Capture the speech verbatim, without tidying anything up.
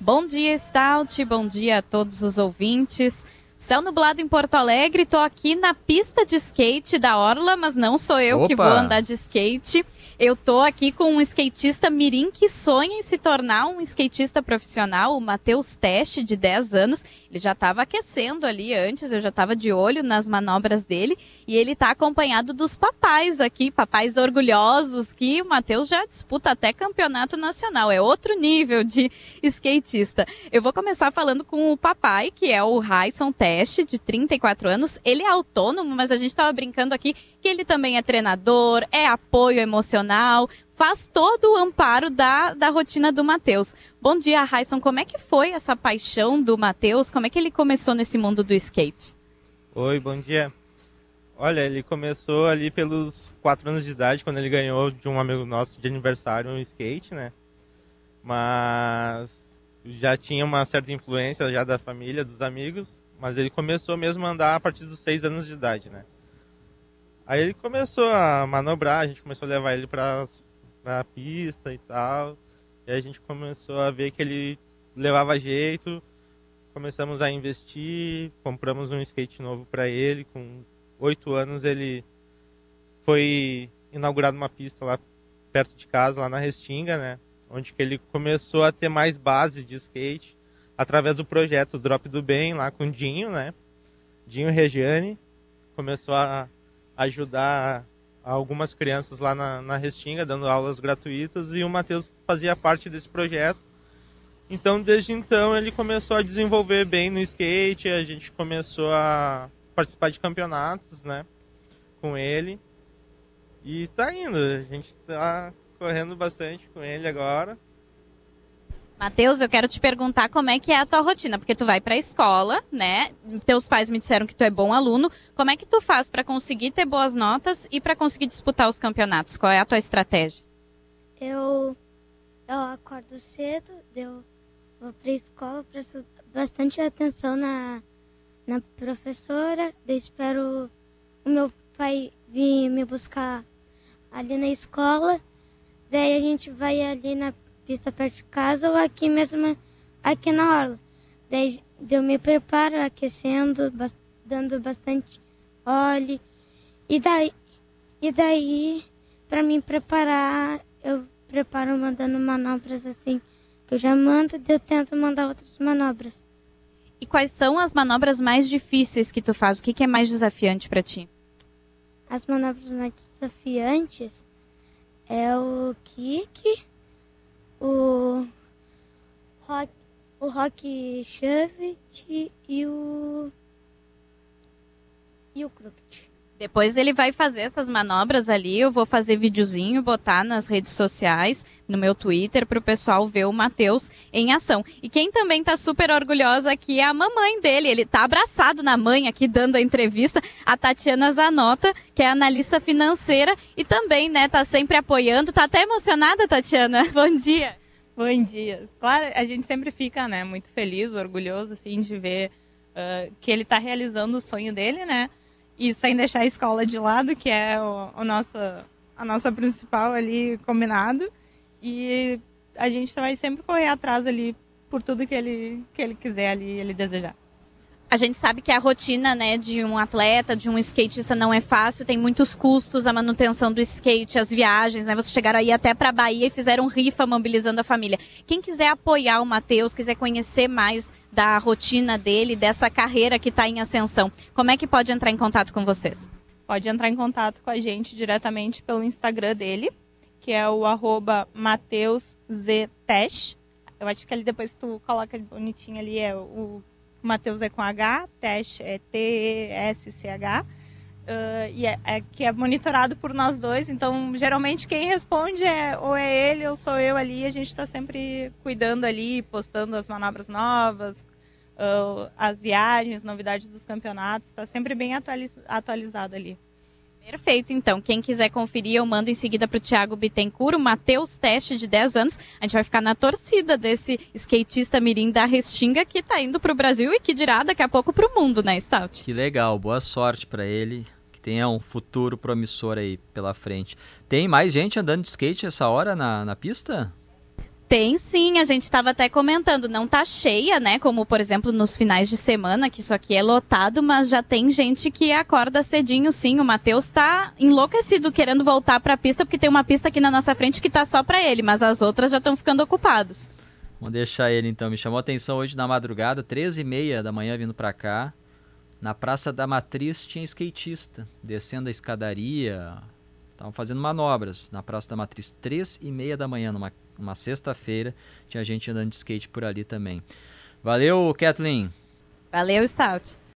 Bom dia, Stout, bom dia a todos os ouvintes. Céu nublado em Porto Alegre, tô aqui na pista de skate da Orla, mas não sou eu Opa. que vou andar de skate. Eu tô aqui com um skatista mirim que sonha em se tornar um skatista profissional, o Matheus Teste, de dez anos. Ele já estava aquecendo ali antes, eu já estava de olho nas manobras dele. E ele está acompanhado dos papais aqui, papais orgulhosos, que o Matheus já disputa até campeonato nacional. É outro nível de skatista. Eu vou começar falando com o papai, que é o Raison Teste, de trinta e quatro anos. Ele é autônomo, mas a gente estava brincando aqui que ele também é treinador, é apoio emocional, faz todo o amparo da, da rotina do Matheus. Bom dia, Raison. Como é que foi essa paixão do Matheus? Como é que ele começou nesse mundo do skate? Oi, bom dia. Olha, ele começou ali pelos quatro anos de idade, quando ele ganhou de um amigo nosso de aniversário um skate, né? Mas já tinha uma certa influência já da família, dos amigos, mas ele começou mesmo a andar a partir dos seis anos de idade, né? Aí ele começou a manobrar, a gente começou a levar ele para a pista e tal. E aí a gente começou a ver que ele levava jeito. Começamos a investir, compramos um skate novo para ele. Com oito anos ele foi inaugurado uma pista lá perto de casa, lá na Restinga, né? Onde que ele começou a ter mais base de skate através do projeto Drop do Bem, lá com o Dinho, né? Dinho Regiane. Começou a ajudar algumas crianças lá na, na Restinga, dando aulas gratuitas, e o Matheus fazia parte desse projeto. Então, desde então, ele começou a desenvolver bem no skate, a gente começou a participar de campeonatos, né, com ele, e tá indo, a gente tá correndo bastante com ele agora. Matheus, eu quero te perguntar como é que é a tua rotina, porque tu vai pra escola, né? Teus pais me disseram que tu é bom aluno. Como é que tu faz para conseguir ter boas notas e para conseguir disputar os campeonatos? Qual é a tua estratégia? Eu, eu acordo cedo, eu vou pra escola, presto bastante atenção na, na professora, daí espero o meu pai vir me buscar ali na escola, daí a gente vai ali na pista perto de casa ou aqui mesmo, aqui na orla. Daí eu me preparo aquecendo, dando bastante óleo. E daí, e daí para me preparar, eu preparo mandando manobras assim, que eu já mando e eu tento mandar outras manobras. E quais são as manobras mais difíceis que tu faz? O que, que é mais desafiante para ti? As manobras mais desafiantes é o kick, o rock, o rock shovit e o e o crooked. Depois ele vai fazer essas manobras ali, eu vou fazer videozinho, botar nas redes sociais, no meu Twitter, para o pessoal ver o Matheus em ação. E quem também tá super orgulhosa aqui é a mamãe dele, ele tá abraçado na mãe aqui dando a entrevista, a Tatiana Zanota, que é analista financeira e também, né, tá sempre apoiando. Tá até emocionada, Tatiana? Bom dia. Bom dia. Claro, a gente sempre fica, né, muito feliz, orgulhoso, assim, de ver uh, que ele tá realizando o sonho dele, né? E sem deixar a escola de lado, que é o, o nosso, a nossa principal ali combinado. E a gente vai sempre correr atrás ali por tudo que ele, que ele quiser ali, ele desejar. A gente sabe que a rotina, né, de um atleta, de um skatista não é fácil, tem muitos custos, a manutenção do skate, as viagens, né? Vocês chegaram aí até para a Bahia e fizeram rifa mobilizando a família. Quem quiser apoiar o Matheus, quiser conhecer mais da rotina dele, dessa carreira que está em ascensão, como é que pode entrar em contato com vocês? Pode entrar em contato com a gente diretamente pelo Instagram dele, que é o arroba MatheusZTesh. Eu acho que ali depois tu coloca bonitinho ali, é o Matheus é com H, Tesh é T E S C H, uh, e é, é, que é monitorado por nós dois, então geralmente quem responde é ou é ele ou sou eu ali, a gente está sempre cuidando ali, postando as manobras novas, uh, as viagens, novidades dos campeonatos, está sempre bem atualiz, atualizado ali. Perfeito, então. Quem quiser conferir, eu mando em seguida para o Thiago Bittencourt, o Matheus Teste, de dez anos. A gente vai ficar na torcida desse skatista mirim da Restinga que está indo para o Brasil e que dirá daqui a pouco para o mundo, né, Stout? Que legal, boa sorte para ele, que tenha um futuro promissor aí pela frente. Tem mais gente andando de skate essa hora na, na pista? Tem sim, a gente estava até comentando, não tá cheia, né, como por exemplo nos finais de semana, que isso aqui é lotado, mas já tem gente que acorda cedinho sim, o Matheus tá enlouquecido querendo voltar para a pista, porque tem uma pista aqui na nossa frente que tá só para ele, mas as outras já estão ficando ocupadas. Vamos deixar ele então, me chamou a atenção hoje na madrugada, treze e meia da manhã vindo para cá, na Praça da Matriz tinha skatista, descendo a escadaria, estavam fazendo manobras na Praça da Matriz, três e meia da manhã, numa uma sexta-feira, tinha gente andando de skate por ali também. Valeu, Kathleen! Valeu, Stout!